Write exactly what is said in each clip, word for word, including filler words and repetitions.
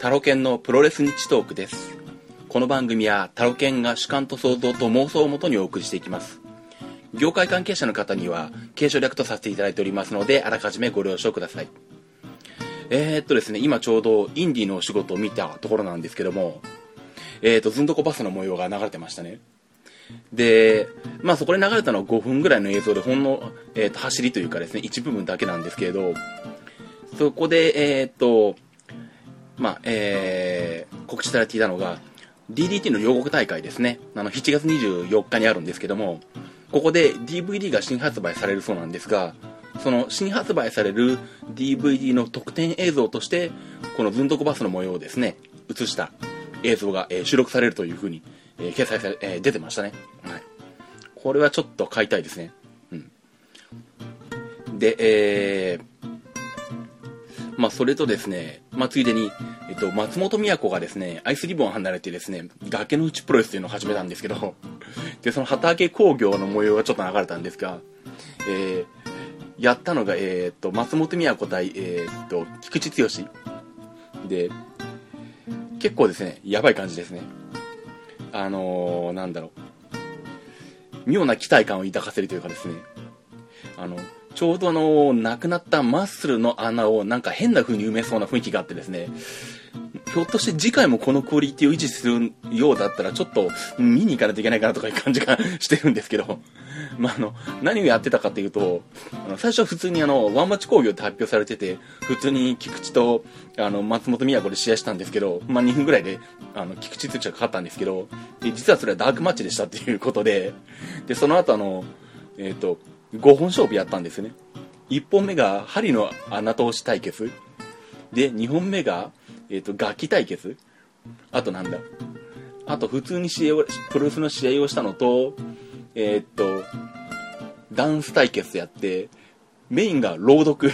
タロケンのプロレス日トークです。この番組はタロケンが主観と想像と妄想をもとにお送りしていきます。業界関係者の方には継承略とさせていただいておりますので、あらかじめご了承ください。えー、っとですね今ちょうどインディのお仕事を見たところなんですけども、えー、っとずんどこバスの模様が流れてましたね。で、まあそこで流れたのはごふんぐらいの映像で、ほんの、えー、っと走りというかですね一部分だけなんですけれど、そこでえー、っとまあえー、告知されていたのが ディーディーティー の両国大会ですね。あのしちがつにじゅうよっかにあるんですけども、ここで ディーブイディー が新発売されるそうなんですが、その新発売される ディーブイディー の特典映像としてこのずんどこバスの模様をですね映した映像が、えー、収録されるというふうに、えー、掲載され、えー、出てましたね。はい、これはちょっと買いたいですね。うん、で、えーまあ、それとですね、まあ、ついでに、えっと、松本美也子がですね、アイスリボンを離れてですね、崖の内プロレスというのを始めたんですけど、で、その畑工業の模様がちょっと流れたんですが、えー、やったのが、えー、っと、松本美也子対、えー、っと、菊池剛で、結構ですね、やばい感じですね。あのー、なんだろう、妙な期待感を抱かせるというかですね、あの、ちょうどあの亡くなったマッスルの穴をなんか変な風に埋めそうな雰囲気があってですね、ひょっとして次回もこのクオリティを維持するようだったらちょっと見に行かないといけないかなとかいう感じがしてるんですけど、まあ、あの何をやってたかというと、あの最初は普通にあのワンマッチ工業って発表されてて、普通に菊池とあの松本美也子で試合したんですけど、まあ、にふんぐらいであの菊池剛が勝ったんですけど、で実はそれはダークマッチでしたっていうことで、でその後あのえっとごほん勝負やったんですよね。いっぽんめが針の穴通し対決で、にほんめが、えー、と楽器対決、あとなんだあと普通に試合をプロレスの試合をしたのと、えっ、ー、とダンス対決やって、メインが朗読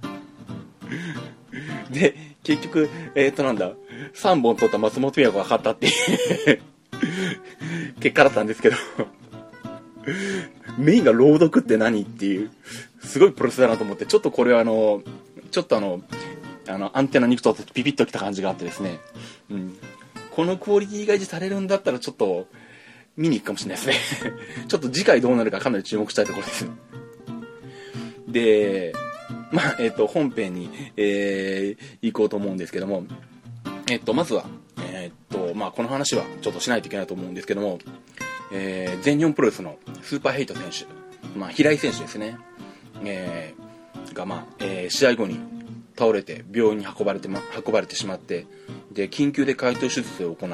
で結局えっ、ー、となんださんぼん取った松本美也子が勝ったっていう結果だったんですけどメインが朗読って何っていう、すごいプロレスだなと思って、ちょっとこれはあのちょっとあのあのアンテナに行くとピピッときた感じがあってですね、うん、このクオリティが維持されるんだったらちょっと見に行くかもしれないですねちょっと次回どうなるかかなり注目したいところですで、まあえっ、ー、と本編に、えー、行こうと思うんですけども、えっ、ー、とまずはえっ、ー、とまあこの話はちょっとしないといけないと思うんですけども、えー、全日本プロレスのスーパーヘイト選手、まあ、平井選手ですね、えー、が、まあえー、試合後に倒れて病院に運ばれて、ま、運ばれてしまって、で緊急で開頭手術を行って、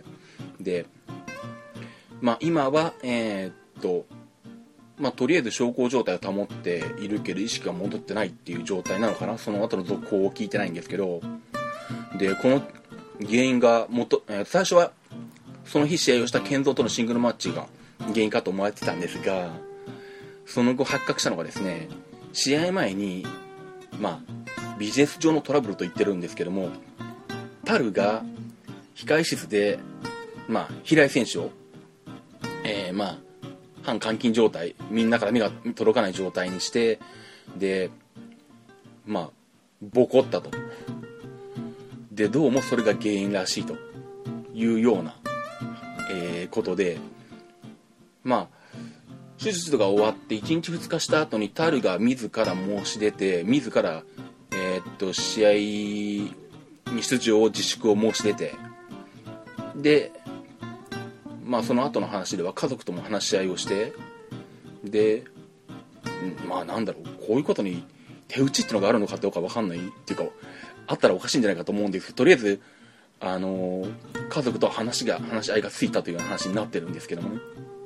で、まあ、今は、えー、っとまあ、とりあえず小康状態を保っているけど意識が戻ってないっていう状態なのかな。その後の続報を聞いてないんですけど、でこの原因が元、えー、最初はその日試合をした健三とのシングルマッチが原因かと思われてたんですが、その後発覚したのがですね、試合前に、まあ、ビジネス上のトラブルと言ってるんですけども、タルが控室で、まあ、平井選手を、えー、まあ半監禁状態、みんなから目が届かない状態にして、でまあボコったと。でどうもそれが原因らしいというようなえー、ことで、まあ手術が終わっていちにちふつかした後にタルが自ら申し出て、自ら、えー、っと試合に出場を自粛を申し出て、でまあその後の話では家族とも話し合いをして、でまあなんだろう、こういうことに手打ちってのがあるのかどうか分かんないっていうか、あったらおかしいんじゃないかと思うんですけど、とりあえずあのー、家族と話が話し合いがついたという話になってるんですけどもね。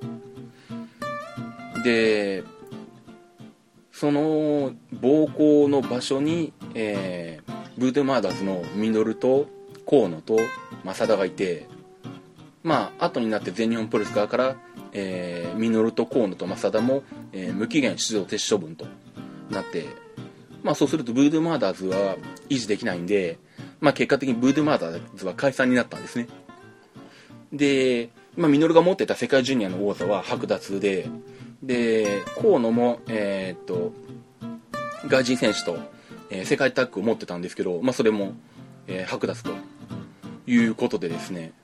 でその暴行の場所に、えー、ブードゥーマーダーズのミノルと河野と正田がいて、まあ後になって全日本プロレス側から、えー、ミノルと河野と正田も、えー、無期限出場停止処分となって、まあそうするとブードゥーマーダーズは維持できないんで、まあ結果的にブードゥーマーダーズは解散になったんですね。で、まあミノルが持ってた世界ジュニアの王座は剥奪で、で河野もえー、っと外人選手と、えー、世界タッグを持ってたんですけど、まあそれも、えー、剥奪ということでですね、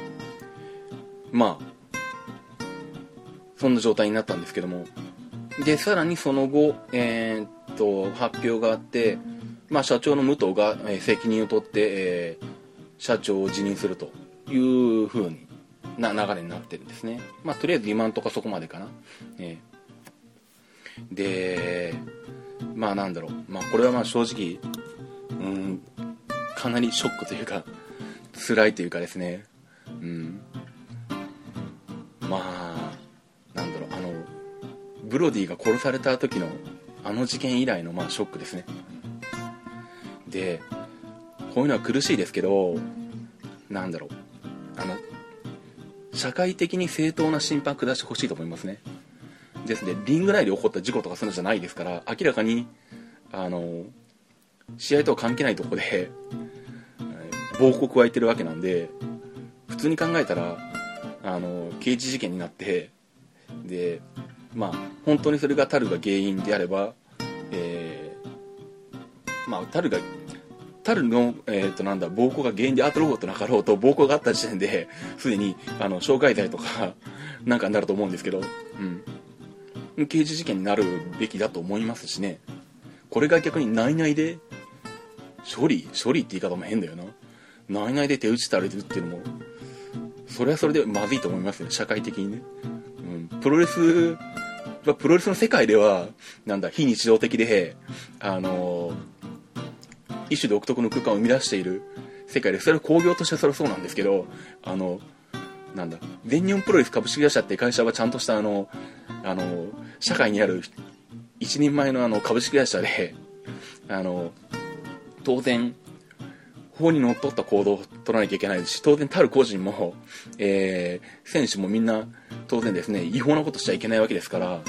まあそんな状態になったんですけども、でさらにその後、えー、っと発表があって、まあ、社長の武藤が、えー、責任を取って、えー、社長を辞任するという風にな流れになってるんですね。まあとりあえず今んとこそこまでかな、えー、でまあなんだろう、まあこれはまあ正直うんかなりショックというか辛いというかですね、うんまあなんだろう、あのブロディが殺された時のあの事件以来のまあショックですね。でこういうのは苦しいですけど、なんだろう、あの社会的に正当な審判を下してほしいと思いますね。ですね、リング内で起こった事故とかそういうのじゃないですから、明らかにあの試合とは関係ないところで暴行を加えてるわけなんで、普通に考えたらあの刑事事件になって、でまあ本当にそれがタルが原因であれば、えー、まあタルがタルの、えー、となんだ暴行が原因であったろうとなかろうと、暴行があった時点ですでにあの傷害罪とかなんかになると思うんですけど、うん、刑事事件になるべきだと思いますしね。これが逆に内々で処理処理って言い方も変だよな、内々で手打ちされるっていうのもそれはそれでまずいと思いますね、社会的にね。うん、プロレスプロレスの世界ではなんだ非日常的で、あのー一種独特の空間を生み出している世界で、それは興行としてそれはそうなんですけど、あのなんだ全日本プロレス株式会社って会社はちゃんとしたあのあの社会にある一人前のあの株式会社で、あの当然法にのっとった行動を取らなきゃいけないし、当然たる個人も、えー、選手もみんな当然ですね違法なことしちゃいけないわけですから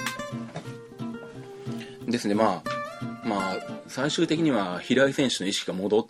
ですね。まあまあ最終的には平井選手の意識が戻って、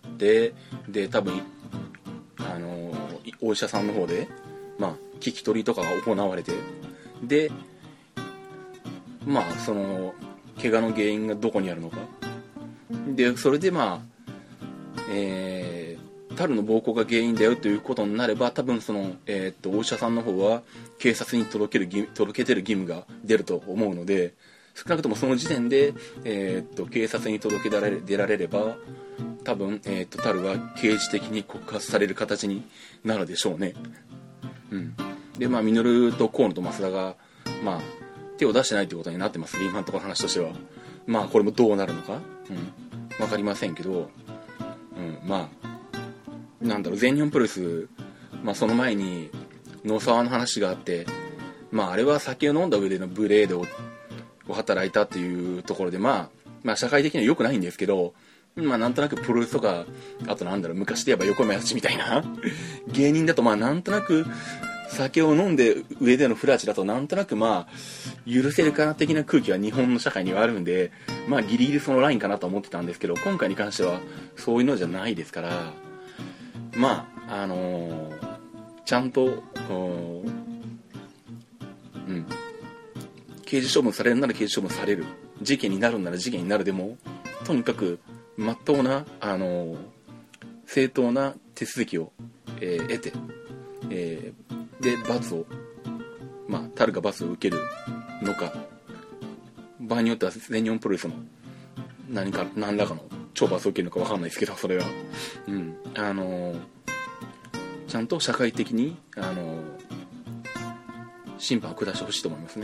で多分あのお医者さんの方でまあ聞き取りとかが行われて、でまあその怪我の原因がどこにあるのかで、それでまあえー、タルの暴行が原因だよということになれば、多分その、えー、っとお医者さんの方は警察に届ける義務届けてる義務が出ると思うので、少なくともその時点で、えー、っと警察に届けられ出られれば、多分、えー、っとタルは刑事的に告発される形になるでしょうね。うん、でまあミノルと河野と増田が、まあ、手を出してないということになってます、今のところ話としては。まあこれもどうなるのか、うん、分かりませんけど、うん、まあなんだろう、全日本プロレス、まあ、その前に野沢の話があって、まああれは酒を飲んだ上での無礼でを働いたっていうところで、まあ、まあ社会的には良くないんですけど、まあなんとなくプロレスとか、あとなんだろう、昔で言えば横山やすしみたいな芸人だと、まあなんとなく酒を飲んで上でのフラチだとなんとなくまあ許せるかな的な空気は日本の社会にはあるんで、まあギリギリそのラインかなと思ってたんですけど、今回に関してはそういうのじゃないですから、まああのー、ちゃんとうん刑事処分されるなら刑事処分される、事件になるなら事件になるでも、とにかく真っ当な、あのー、正当な手続きを、えー、得て、えー、で罰を、まあタルが罰を受けるのか、場合によっては全日本プロレスの何か何らかの懲罰を受けるのか分かんないですけど、それは、うん、あのー、ちゃんと社会的に、あのー、審判を下してほしいと思いますね。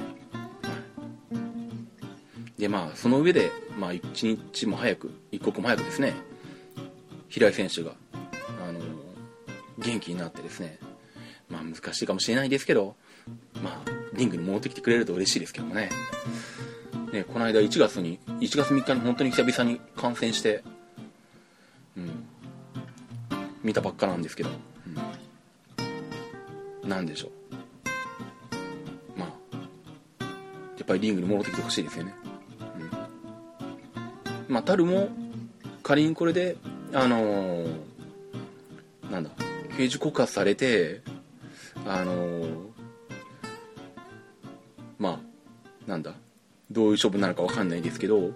でまあその上で、まあ、一日も早く一刻も早くですね、平井選手が、あのー、元気になってですね、まあ難しいかもしれないですけど、まあリングに戻ってきてくれると嬉しいですけどもね。ね、この間いちがつにいちがつみっかに本当に久々に観戦して、うん、見たばっかなんですけど、うん、なんでしょう、まあやっぱりリングに戻ってきてほしいですよね。まあ、タルも仮にこれであのー、なんだ刑事告発されて、あのー、まあなんだどういう処分なのか分かんないですけど、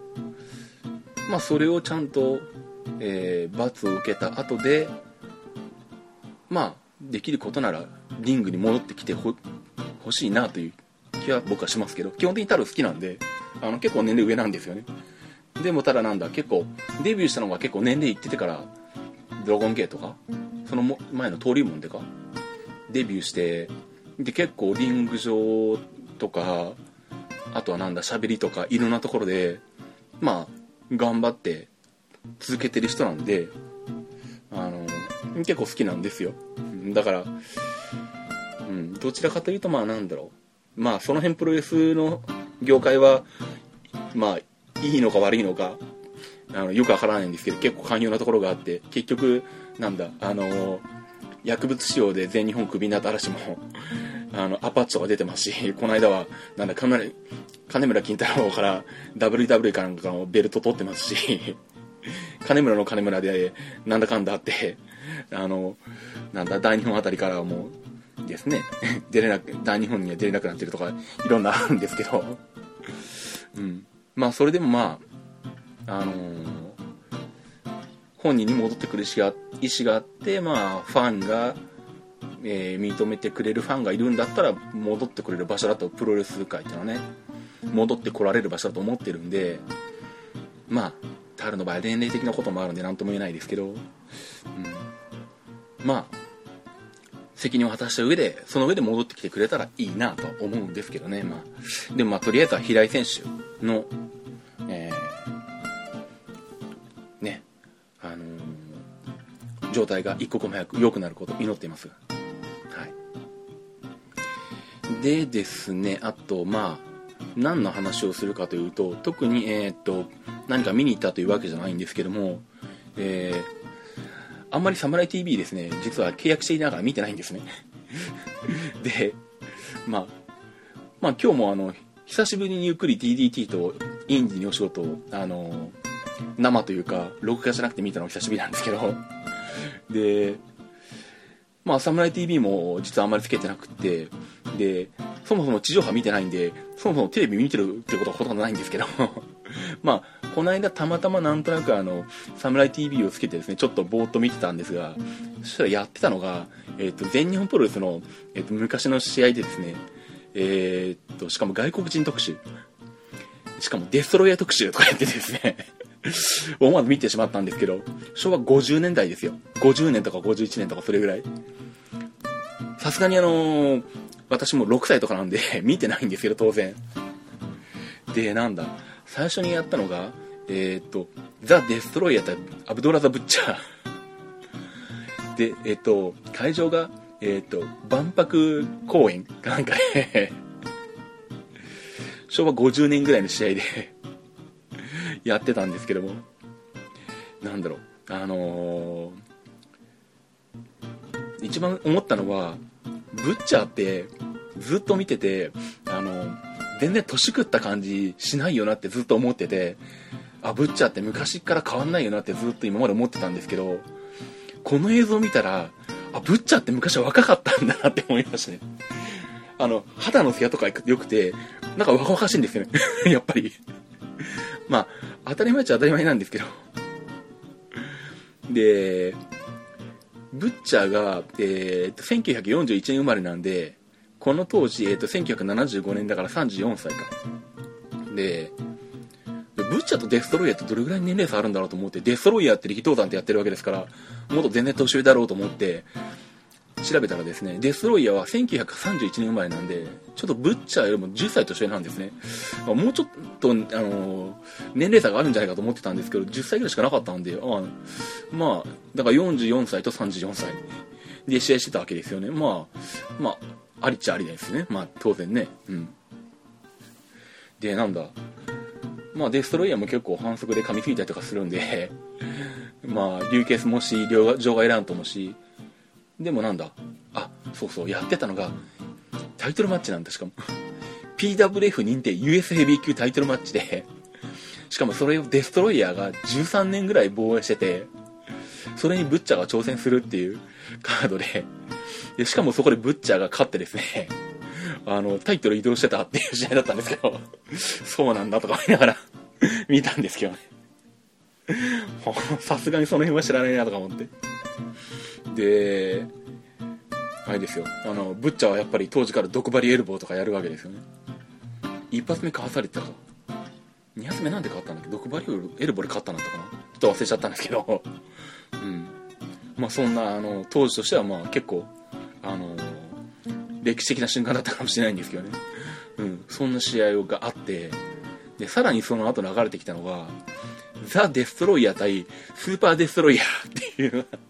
まあそれをちゃんと、えー、罰を受けた後でまあできることならリングに戻ってきてほ欲しいなという気は僕はしますけど、基本的にタル好きなんで、あの結構年齢上なんですよね。でもただなんだ、結構デビューしたのが結構年齢いっててからドラゴンゲートかその前の登竜門でかデビューして、で結構リング上とか、あとはなんだ喋りとかいろんなところでまあ頑張って続けてる人なんで、あの結構好きなんですよ。だから、うん、どちらかというとまあなんだろう、まあその辺プロレスの業界はまあいいのか悪いのかあのよくわからないんですけど、結構寛容なところがあって、結局なんだあの薬物使用で全日本クビになった嵐もあのアパッチとか出てますし、この間はなんだ金村金太郎から ダブリューダブリュー かなんかのベルト取ってますし金村の金村でなんだかんだあって、あのなんだ大日本あたりからはもうですね出れなく大日本には出れなくなってるとかいろんなあるんですけど、うん、まあそれでもまああのー、本人に戻ってくる意思が意思があって、まあファンが、えー、認めてくれるファンがいるんだったら戻ってくれる場所だと、プロレス界っていうのはね戻ってこられる場所だと思ってるんで、まあタルの場合は年齢的なこともあるんで何とも言えないですけど、うん、まあ責任を果たした上でその上で戻ってきてくれたらいいなと思うんですけどね。まあでもまあとりあえずは平井選手の、えー、ねあのー、状態が一刻も早く良くなることを祈っています。はい。でですね、あとまあ何の話をするかというと、特にえー、っと何か見に行ったというわけじゃないんですけども、えーあんまりサムライ ティーブイ ですね、実は契約していながら見てないんですねで、まあ、まあ今日もあの久しぶりにゆっくり ディーディーティー とインディにお仕事をあの生というか録画じゃなくて見たのが久しぶりなんですけどで、まあサムライ ティーブイ も実はあんまりつけてなくって、でそもそも地上波見てないんで、そもそもテレビ見てるってことはほとんどないんですけどまあこの間たまたまなんとなくあのサムライ ティーブイ をつけてですね、ちょっとぼーっと見てたんですが、そしたらやってたのが、えー、と全日本プロレスの、えー、と昔の試合でですね、えー、としかも外国人特集、しかもデストロイヤー特集とかやっててですね思わず見てしまったんですけど、昭和ごじゅうねんだいですよ。ごじゅうねんとかごじゅういちねんとかそれぐらい。さすがにあのー、私もろくさいとかなんで見てないんですけど当然。でなんだ最初にやったのがえっ、ー、とザ・デストロイヤー対アブドラザ・ブッチャーで、えっ、ー、と会場がえっ、ー、と万博公園かなんかで昭和ごじゅうねんぐらいの試合でやってたんですけども、なんだろうあのー、一番思ったのはブッチャーってずっと見ててあの全然年食った感じしないよなってずっと思ってて、あブッチャーって昔から変わんないよなってずっと今まで思ってたんですけど、この映像を見たらあブッチャーって昔は若かったんだなって思いましたね。あの肌の艶とか良くてなんか若々しいんですよねやっぱりまあ当たり前っちゃ当たり前なんですけどでブッチャーが、えー、とせんきゅうひゃくよんじゅういちねん生まれなんで、この当時、えー、とせんきゅうひゃくななじゅうごねんだからさんじゅうよんさいかで、ブッチャーとデストロイヤーってどれぐらい年齢差あるんだろうと思って、デストロイヤーって力道山ってやってるわけですからもっと全然年上だろうと思って調べたらですね、デストロイヤーはせんきゅうひゃくさんじゅういちねん生まれなんで、ちょっとブッチャーよりもじゅっさい年上なんですね。まあ、もうちょっと、あのー、年齢差があるんじゃないかと思ってたんですけど、じゅっさいぐらいしかなかったんで、あまあだからよんじゅうよんさいとさんじゅうよんさいで試合してたわけですよね。まあまあありっちゃありですね。まあ当然ね。うん。でなんだ、まあデストロイヤーも結構反則で噛みついたりとかするんでまあリューケースもし場外乱闘もし、でもなんだ、あそうそうやってたのがタイトルマッチなんだ。しかもピーダブリューエフ 認定 ユーエス ヘビー級タイトルマッチで、しかもそれをデストロイヤーがじゅうさんねんぐらい防衛してて、それにブッチャーが挑戦するっていうカード で, でしかもそこでブッチャーが勝ってですね、あのタイトル移動してたっていう試合だったんですけどそうなんだとか思いながら見たんですけどね。 さすがにその辺は知らないなとか思って。であれですよ、あのブッチャーはやっぱり当時から毒針エルボーとかやるわけですよね。一発目かわされてたか、二発目なんで勝ったんだっけ、毒針エルボーで勝ったんだったかな、ちょっと忘れちゃったんですけどうんまあそんなあの当時としてはまあ結構あの歴史的な瞬間だったかもしれないんですけどね。うんそんな試合があって、でさらにその後流れてきたのがザ・デストロイヤー対スーパーデストロイヤーっていうのが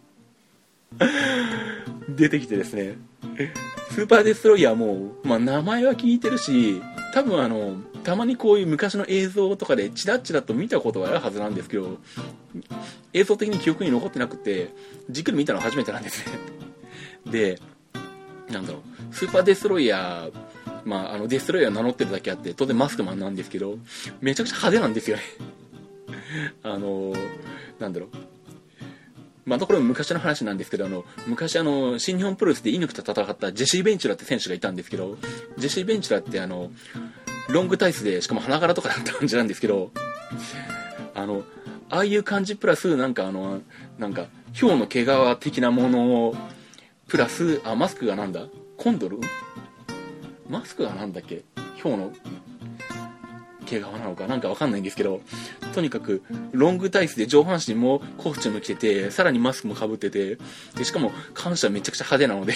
出てきてですね、スーパーデストロイヤーも、まあ、名前は聞いてるし、多分あのたまにこういう昔の映像とかでチラッチラッと見たことはあるはずなんですけど、映像的に記憶に残ってなくてじっくり見たのは初めてなんですね。でなんだろう、スーパーデストロイヤー、まあ、あのデストロイヤーを名乗ってるだけあって当然マスクマンなんですけど、めちゃくちゃ派手なんですよねあのなんだろう、またこれも昔の話なんですけど、あの昔あの新日本プロレスでイヌクと戦ったジェシー・ベンチュラって選手がいたんですけど、ジェシー・ベンチュラってあのロングタイツでしかも花柄とかだった感じなんですけど、あのああいう感じプラスなんかあのなんかヒョウの毛皮的なものをプラス、あマスクがなんだコンドルマスクがなんだっけ、ヒョウの毛皮なのかなんかわかんないんですけど、とにかくロングタイツで上半身もコスチューム着てて、さらにマスクもかぶってて、でしかも感謝めちゃくちゃ派手なので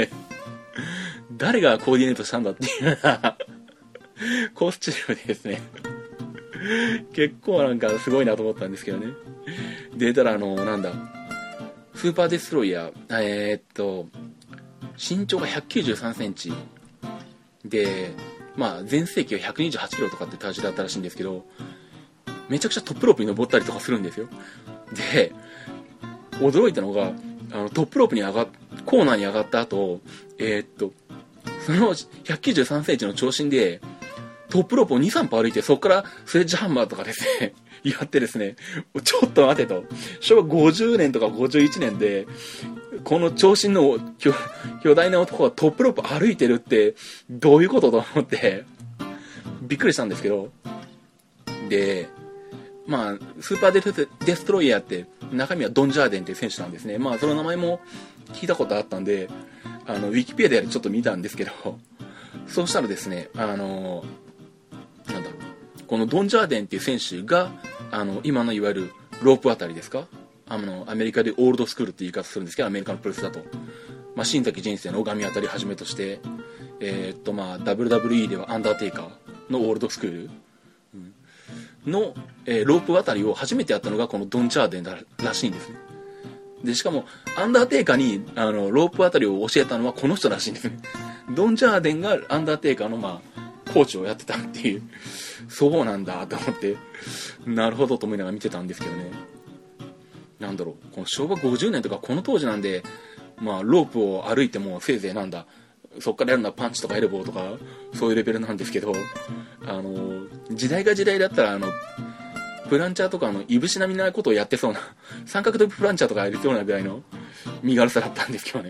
誰がコーディネートしたんだっていうようなコスチュームでですね結構なんかすごいなと思ったんですけどね。でたらあのなんだスーパーデストロイヤー、えー、っと身長がひゃくきゅうじゅうさんセンチで、まあ全盛期はひゃくにじゅうはちキロとかって体重だったらしいんですけど、めちゃくちゃトップロープに登ったりとかするんですよ。で驚いたのがあのトップロープに上がっコーナーに上がった後、えー、っとそのひゃくきゅうじゅうさんセンチの長身でトップロープを にさん 歩歩いて、そこからスレッジハンマーとかですねやってですね、ちょっと待てと、昭和ごじゅうねんとかごじゅういちねんでこの長身の巨、巨大な男がトップロープ歩いてるってどういうことと思ってびっくりしたんですけど、でまあスーパーデス、デストロイヤーって中身はドン・ジャーデンっていう選手なんですね。まあその名前も聞いたことあったんで、あのウィキペディアでちょっと見たんですけど、そうしたらですね、あのなんだろう、このドン・ジャーデンっていう選手があの今のいわゆるロープあたりですか、あのアメリカでオールドスクールって言い方するんですけど、アメリカのプロレスだと、まあ、新崎人生の拝みあたりはじめとして、えー、っとまあ ダブリューダブリューイー ではアンダーテイカーのオールドスクール、うん、の、えー、ロープあたりを初めてやったのがこのドン・ジャーデンだらしいんですね。でしかもアンダーテイカーにあのロープあたりを教えたのはこの人らしいんですね。ドン・ジャーデンがアンダーテイカーのまあコーチをやってたっていう、そうなんだと思って、なるほどと思いながら見てたんですけどね。なんだろう、この昭和ごじゅうねんとかこの当時なんで、まあロープを歩いてもせいぜいなんだ、そっからやるのはパンチとかエルボーとかそういうレベルなんですけど、あの時代が時代だったらあのプランチャーとかのいぶし並みなことをやってそうな三角跳びプランチャーとかやりそうなぐらいの身軽さだったんですけどね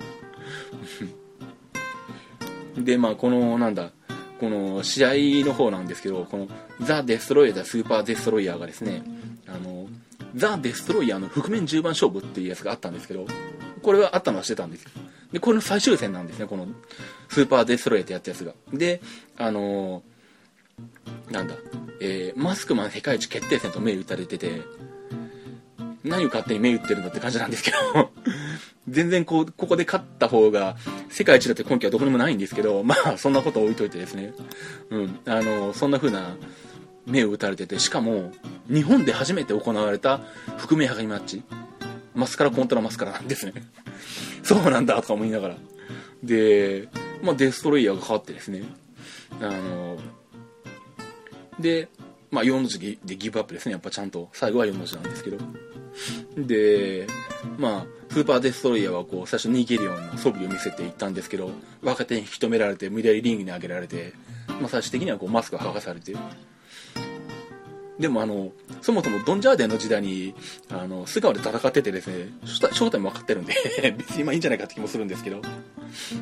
でまあこのなんだこの試合の方なんですけど、このザ・デストロイヤーだスーパーデストロイヤーがですね、あのザ・デストロイヤーの覆面じゅうばん勝負っていうやつがあったんですけど、これはあったのはしてたんですよ。でこれの最終戦なんですね、このスーパーデストロイヤーってやったやつが。であのなんだ、えー、マスクマン世界一決定戦と銘打たれてて、何を勝手に銘打ってるんだって感じなんですけど全然こうここで勝った方が世界一だって根拠はどこにもないんですけど、まあそんなことを置いといてですね、うん、あのそんな風な銘を打たれてて、しかも日本で初めて行われた覆面はがりマッチ、マスカラコントラマスカラなんですねそうなんだとか思いながら、で、まあ、デストロイヤーが勝ってですね、あので、まあ、よんの字でギブアップですね。やっぱちゃんと最後はよんの字なんですけど、でまあスーパーデストロイヤーはこう最初逃げるような素振りを見せていったんですけど、若手に引き止められて無理やりリングに上げられて、まあ、最終的にはこうマスクが剥がされて、でもあのそもそもドン・ジャーデンの時代にあの素顔で戦っててですね、正体も分かってるんで別にまあいいんじゃないかって気もするんですけど、うん、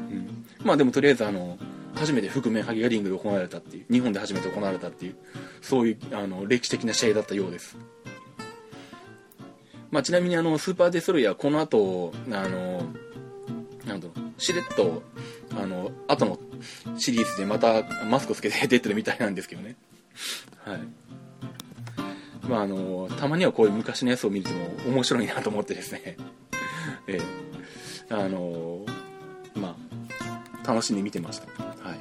まあでもとりあえずあの初めて覆面はぎがリングで行われたっていう、日本で初めて行われたっていう、そういうあの歴史的な試合だったようです。 まあ、ちなみにあの、スーパーデストロイヤー、この後、あの、なんだろう、しれっと、あの、後のシリーズでまたマスクつけて出てるみたいなんですけどね。はい。まあ、あの、たまにはこういう昔のやつを見るとも面白いなと思ってですね。ええ、あの、まあ、楽しんで見てました。はい。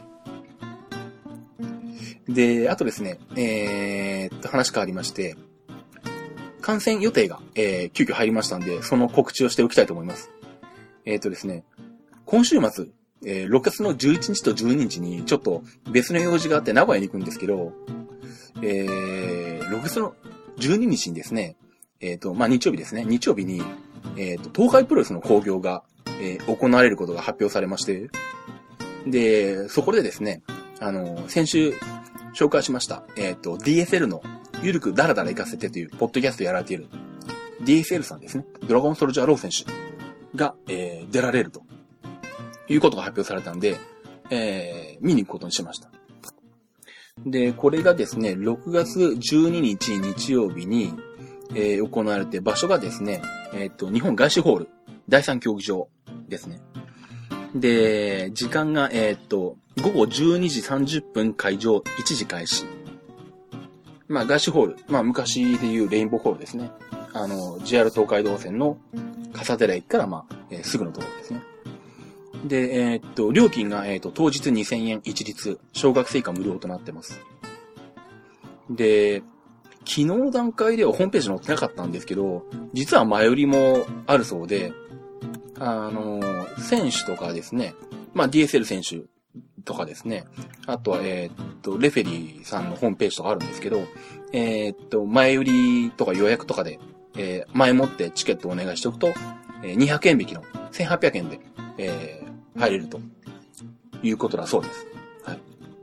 で、あとですね、えー、っと、話変わりまして、観戦予定が、えー、急遽入りましたんで、その告知をしておきたいと思います。えー、っとですね、今週末、えー、ろくがつのじゅういちにちとじゅうににちにちょっと別の用事があって名古屋に行くんですけど、えー、ろくがつのじゅうににちにですね、えっと、まあ、日曜日ですね、日曜日に、えっと、東海プロレスの興行が、えー、行われることが発表されまして、で、そこでですね、あの、先週紹介しました、えっと、ディーエスエル のゆるくだらだら行かせてというポッドキャストやられている ディーエスエル さんですね、ドラゴンソルジャーロー選手が、えー、出られるということが発表されたんで、えー、見に行くことにしました。で、これがですね、ろくがつじゅうににち日曜日に、えー、行われて、場所がですね、えっと、日本外資ホール、だいさん競技場ですね。で、時間が、えっと、ごごじゅうにじさんじゅっぷん会場、いちじ開始。まあ、外資ホール、まあ、昔でいうレインボーホールですね。あの、ジェイアール 東海道線の笠寺駅から、まあ、えー、すぐのところですね。で、えー、っと、料金が、えー、っと、当日にせんえん一律、小学生以下無料となってます。で、昨日の段階ではホームページ載ってなかったんですけど、実は前売りもあるそうで、あの、選手とかですね、まあ ディーエスエル 選手とかですね、あとは、えー、っと、レフェリーさんのホームページとかあるんですけど、えー、っと、前売りとか予約とかで、えー、前もってチケットをお願いしておくと、えー、にひゃくえん引きのせんはっぴゃくえんで、えー、入れるということだそうです。はい。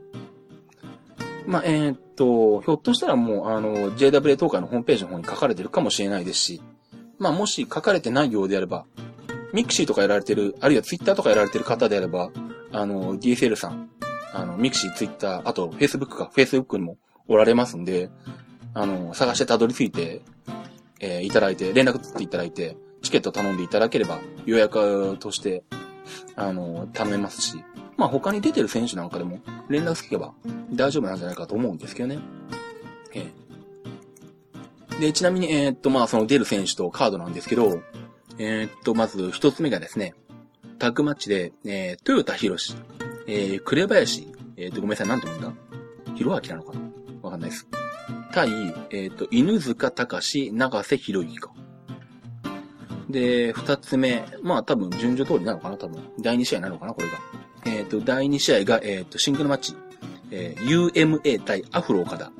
まあ、えー、っと、ひょっとしたらもう、あの、ジェイダブリュー 東海のホームページの方に書かれてるかもしれないですし、まあ、もし書かれてないようであれば、ミクシーとかやられてる、あるいはツイッターとかやられてる方であれば、あの、ディーエスエル さん、あの、ミクシー、ツイッター、あと、フェイスブックか、フェイスブックにもおられますんで、あの、探してたどり着いて、えー、いただいて、連絡取っていただいて、チケット頼んでいただければ、予約として、あの、頼めますし、まあ、他に出てる選手なんかでも、連絡つけば大丈夫なんじゃないかと思うんですけどね。えー、で、ちなみに、えー、っと、まあ、その出る選手とカードなんですけど、えー、っと、まず一つ目がですね、タッグマッチで、えー、豊田博士、えー、紅林、えー、っと、ごめんなさい、なんと思うんだ弘明なのかなわかんないです。対、えー、っと、犬塚隆、長瀬博之か。で、二つ目、まあ多分順序通りなのかな、多分。だいに試合なのかな、これが。えー、っと、だいに試合が、えー、っと、シングルマッチ。えー、ユーエムエー 対アフロ岡田。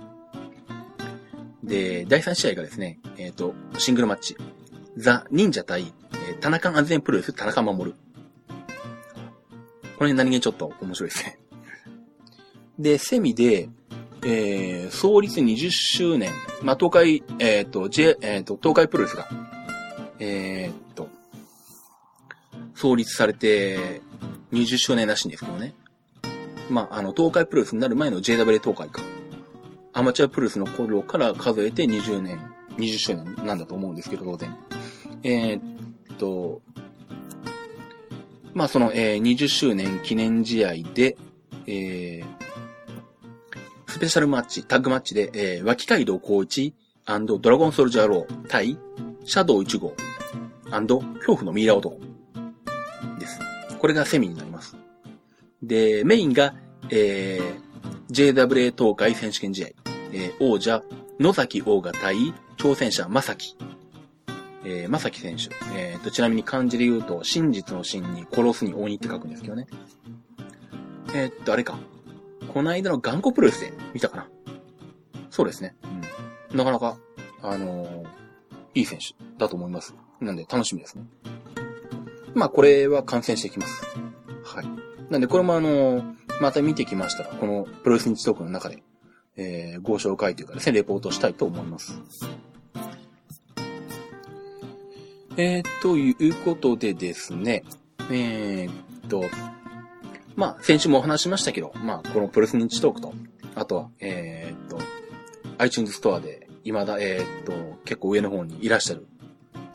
で、だいさん試合がですね、えー、っと、シングルマッチ。ザ・忍者対、えー、田中安全プロレス田中守。これ何気にちょっと面白いですね。で、セミで、えー、創立にじゅっしゅうねん。まあ、東海、えー、っと、J、えー、っと、東海プロレスが、えー、っと、創立されてにじゅっしゅうねんらしいんですけどね。まあ、あの、東海プロレスになる前の ジェイダブリュー 東海か。アマチュアプロレスの頃から数えてにじゅうねん、にじゅっしゅうねんなんだと思うんですけど、当然。えー、っと、まあ、その、えー、にじゅっしゅうねん記念試合で、えー、スペシャルマッチ、タッグマッチで、えー、脇街道光一&ドラゴンソルジャーロー対シャドウいち号&恐怖のミイラ男です。これがセミになります。で、メインが、えー、ジェイダブリュー 東海選手権試合、えー、王者野崎王が対挑戦者正木、えー、正木選手、えーと、ちなみに漢字で言うと真実の真に殺すに鬼って書くんですけどね。えー、っとあれか、この間の頑固プロレスで見たかな。そうですね。うん、なかなかあのー、いい選手だと思います。なんで楽しみですね。まあこれは観戦してきます。はい。なんでこれもあのー、また見てきましたら、このプロレス日トークの中で、えー、ご紹介というかですね、レポートしたいと思います。えー、ということでですね、えー、っと、まあ、先週もお話ししましたけど、まあ、このプロレス日トークと、あとは、えー、っと、iTunes ストアで、未だ、えー、っと、結構上の方にいらっしゃる、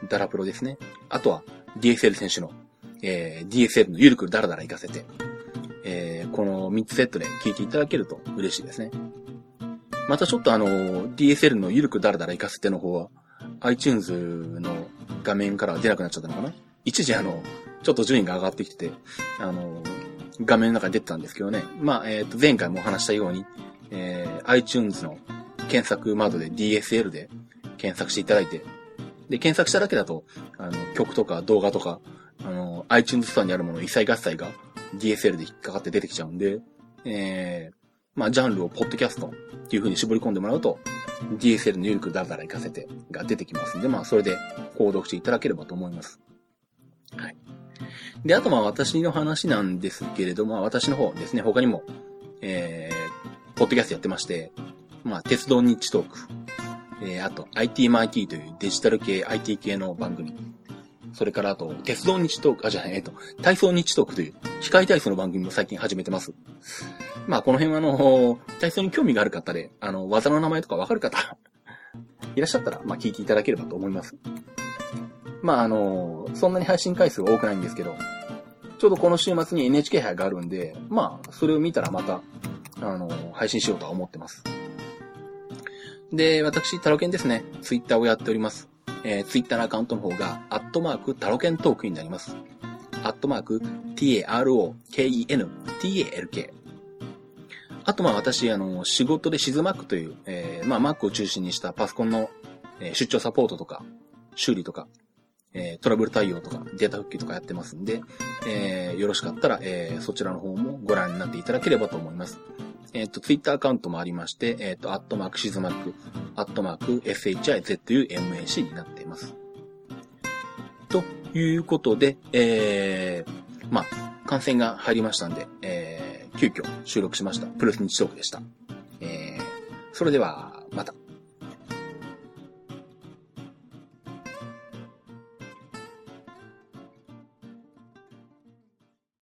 ダラプロですね。あとは ディーエスエル 選手の、えー、ディーエスエル のゆるくだらだら行かせて、えー、このみっつセットで聞いていただけると嬉しいですね。またちょっとあの、ディーエスエル のゆるくだらだら行かせての方は、iTunes の画面から出なくなっちゃったのかな。一時あの、ちょっと順位が上がってきてて、あの、画面の中に出てたんですけどね。まあ、えっと、前回もお話したように、えー、iTunes の検索窓で ディーエスエル で検索していただいて、で、検索しただけだと、あの、曲とか動画とか、あの、iTunes ストアにあるもの一切合切が ディーエスエル で引っかかって出てきちゃうんで、えー、まあ、ジャンルをポッドキャストっていう風に絞り込んでもらうと、ディーエスエル のゆるくだらだら行かせてが出てきますんで、まあ、それで購読していただければと思います。はい。で、あとまあ、私の話なんですけれども、私の方ですね、他にも、えー、ポッドキャストやってまして、まあ、鉄道日知トーク、えー、あと アイティー マイティー というデジタル系、アイティー 系の番組、それからあと、鉄道日トーク、あ、じゃない、えっと、体操日トークという、機械体操の番組も最近始めてます。まあ、この辺はあの、体操に興味がある方で、あの、技の名前とかわかる方、いらっしゃったら、まあ、聞いていただければと思います。まあ、あの、そんなに配信回数は多くないんですけど、ちょうどこの週末に エヌエイチケー 杯があるんで、まあ、それを見たらまた、あの、配信しようとは思ってます。で、私、タロケンですね、ツイッターをやっております。えー、ツイッターのアカウントの方が、アットマーク、タロケントークになります。アットマーク、ティーエーアールオーケーイーエヌティーエーエルケー。あと、まあ、私、あの、仕事でシズマックという、えー、まあ、Mac を中心にしたパソコンの、えー、出張サポートとか、修理とか、えー、トラブル対応とか、データ復旧とかやってますんで、えー、よろしかったら、えー、そちらの方もご覧になっていただければと思います。えっと、ツイッターアカウントもありまして、えっと、アットマークシズマック、アットマーク エスエイチアイゼットユーエムエーシー になっています。ということで、えー、まあ、感染が入りましたんで、えー、急遽収録しました。プロス日トークでした。えー、それでは、また。